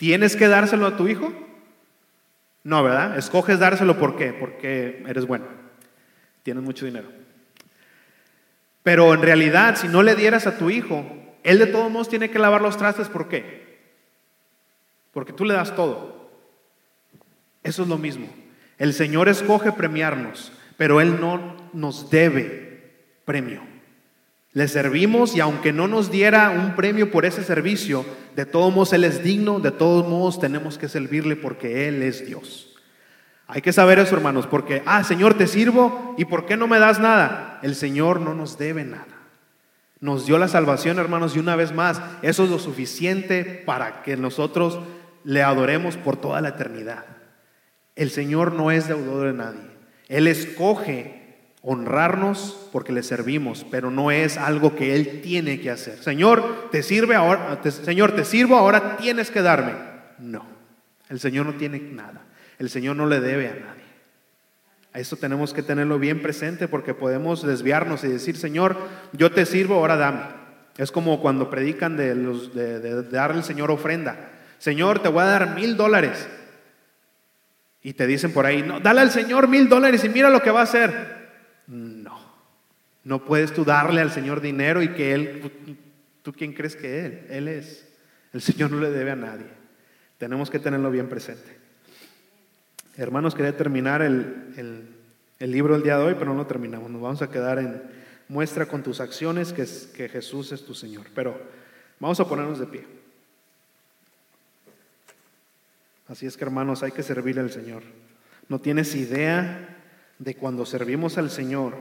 ¿Tienes que dárselo a tu hijo? No, ¿verdad? Escoges dárselo, ¿por qué? Porque eres bueno, tienes mucho dinero. Pero en realidad, si no le dieras a tu hijo, él de todos modos tiene que lavar los trastes, ¿por qué? Porque tú le das todo. Eso es lo mismo. El Señor escoge premiarnos, pero Él no nos debe premio. Le servimos y aunque no nos diera un premio por ese servicio, de todos modos Él es digno, de todos modos tenemos que servirle porque Él es Dios. Hay que saber eso, hermanos, porque, ah, Señor, te sirvo, ¿y por qué no me das nada? El Señor no nos debe nada. Nos dio la salvación, hermanos, y una vez más, eso es lo suficiente para que nosotros le adoremos por toda la eternidad. El Señor no es deudor de nadie. Él escoge honrarnos porque le servimos, pero no es algo que Él tiene que hacer. Señor, te sirve ahora, te, Señor, te sirvo, ahora tienes que darme. No, el Señor no tiene nada. El Señor no le debe a nadie. A esto tenemos que tenerlo bien presente porque podemos desviarnos y decir, Señor, yo te sirvo, ahora dame. Es como cuando predican de, los, de, de, de darle al Señor ofrenda. Señor, te voy a dar mil dólares. Y te dicen por ahí, no, dale al Señor mil dólares y mira lo que va a hacer. No, no puedes tú darle al Señor dinero y que Él, ¿tú quién crees que Él? Él es. El Señor no le debe a nadie. Tenemos que tenerlo bien presente. Hermanos, quería terminar el, el, el libro el día de hoy, pero no lo terminamos. Nos vamos a quedar en muestra con tus acciones que, es, que Jesús es tu Señor. Pero vamos a ponernos de pie. Así es que, hermanos, hay que servirle al Señor. No tienes idea de cuando servimos al Señor.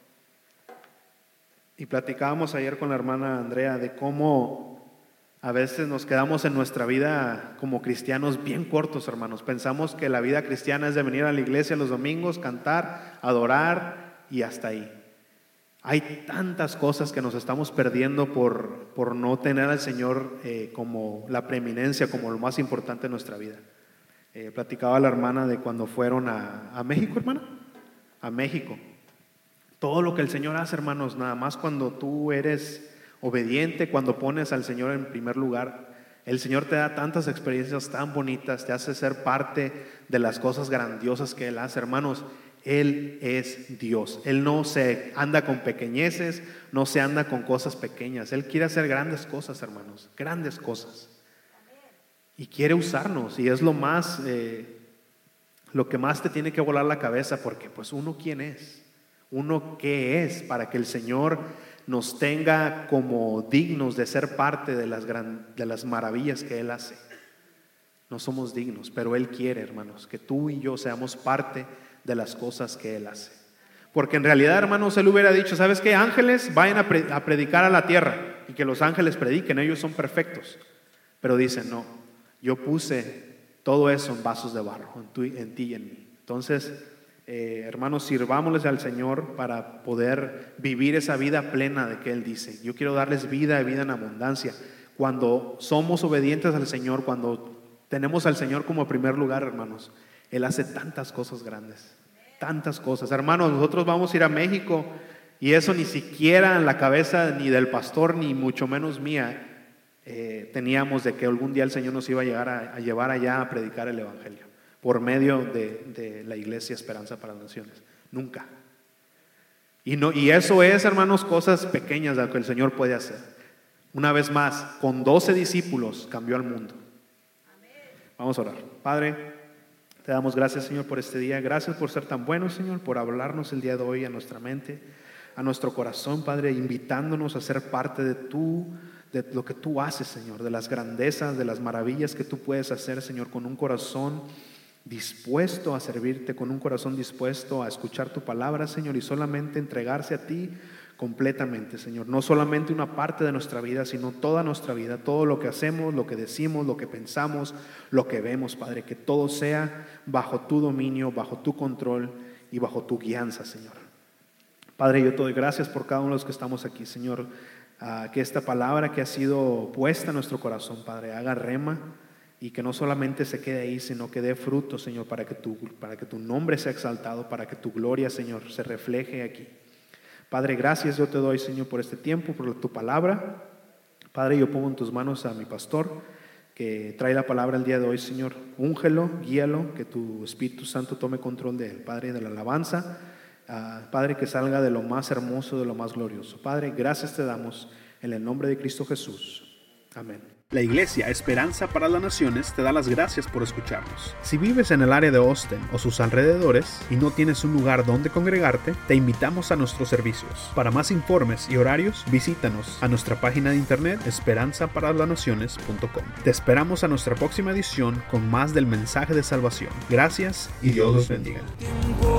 Y platicábamos ayer con la hermana Andrea de cómo a veces nos quedamos en nuestra vida como cristianos bien cortos, hermanos. Pensamos que la vida cristiana es de venir a la iglesia los domingos, cantar, adorar y hasta ahí. Hay tantas cosas que nos estamos perdiendo por, por no tener al Señor eh, como la preeminencia, como lo más importante en nuestra vida. Eh, platicaba la hermana de cuando fueron a, a México, hermana, a México. Todo lo que el Señor hace, hermanos, nada más cuando tú eres obediente, cuando pones al Señor en primer lugar, el Señor te da tantas experiencias tan bonitas, te hace ser parte de las cosas grandiosas que Él hace, hermanos. Él es Dios. Él no se anda con pequeñeces, no se anda con cosas pequeñas. Él quiere hacer grandes cosas, hermanos, grandes cosas. Y quiere usarnos, y es lo más, eh, lo que más te tiene que volar la cabeza, porque pues uno quién es, uno qué es, para que el Señor nos tenga como dignos de ser parte de las, gran, de las maravillas que Él hace. No somos dignos, pero Él quiere, hermanos, que tú y yo seamos parte de las cosas que Él hace. Porque en realidad, hermanos, Él hubiera dicho, ¿sabes qué? Ángeles vayan a, pre- a predicar a la tierra y que los ángeles prediquen, ellos son perfectos. Pero dicen, no, yo puse todo eso en vasos de barro, en, tu, en ti y en mí. Entonces, eh, hermanos, sirvámosles al Señor para poder vivir esa vida plena de que Él dice. Yo quiero darles vida y vida en abundancia. Cuando somos obedientes al Señor, cuando tenemos al Señor como primer lugar, hermanos, Él hace tantas cosas grandes, tantas cosas. Hermanos, nosotros vamos a ir a México y eso ni siquiera en la cabeza ni del pastor, ni mucho menos mía, eh, teníamos de que algún día el Señor nos iba a, llegar a, a llevar allá a predicar el Evangelio por medio de, de la Iglesia Esperanza para las Naciones. Nunca. Y, no, y eso es, hermanos, cosas pequeñas de lo que el Señor puede hacer. Una vez más, con doce discípulos cambió al mundo. Vamos a orar. Padre, te damos gracias, Señor, por este día. Gracias por ser tan bueno, Señor, por hablarnos el día de hoy a nuestra mente, a nuestro corazón, Padre, invitándonos a ser parte de tú, de lo que tú haces, Señor, de las grandezas, de las maravillas que tú puedes hacer, Señor, con un corazón dispuesto a servirte, con un corazón dispuesto a escuchar tu palabra, Señor, y solamente entregarse a ti completamente, Señor. No solamente una parte de nuestra vida, sino toda nuestra vida, todo lo que hacemos, lo que decimos, lo que pensamos, lo que vemos, Padre, que todo sea bajo tu dominio, bajo tu control y bajo tu guianza, Señor. Padre, yo te doy gracias por cada uno de los que estamos aquí, Señor, uh, que esta palabra que ha sido puesta en nuestro corazón, Padre, haga rema y que no solamente se quede ahí, sino que dé fruto, Señor, para que tu, para que tu nombre sea exaltado, para que tu gloria, Señor, se refleje aquí. Padre, gracias yo te doy, Señor, por este tiempo, por tu palabra. Padre, yo pongo en tus manos a mi pastor, que trae la palabra el día de hoy, Señor. Úngelo, guíalo, que tu Espíritu Santo tome control de él, Padre, de la alabanza. Uh, Padre, que salga de lo más hermoso, de lo más glorioso. Padre, gracias te damos en el nombre de Cristo Jesús. Amén. La Iglesia Esperanza para las Naciones te da las gracias por escucharnos. Si vives en el área de Austin o sus alrededores y no tienes un lugar donde congregarte, te invitamos a nuestros servicios. Para más informes y horarios, visítanos a nuestra página de internet esperanza para las naciones punto com. Te esperamos a nuestra próxima edición con más del mensaje de salvación. Gracias y Dios los bendiga.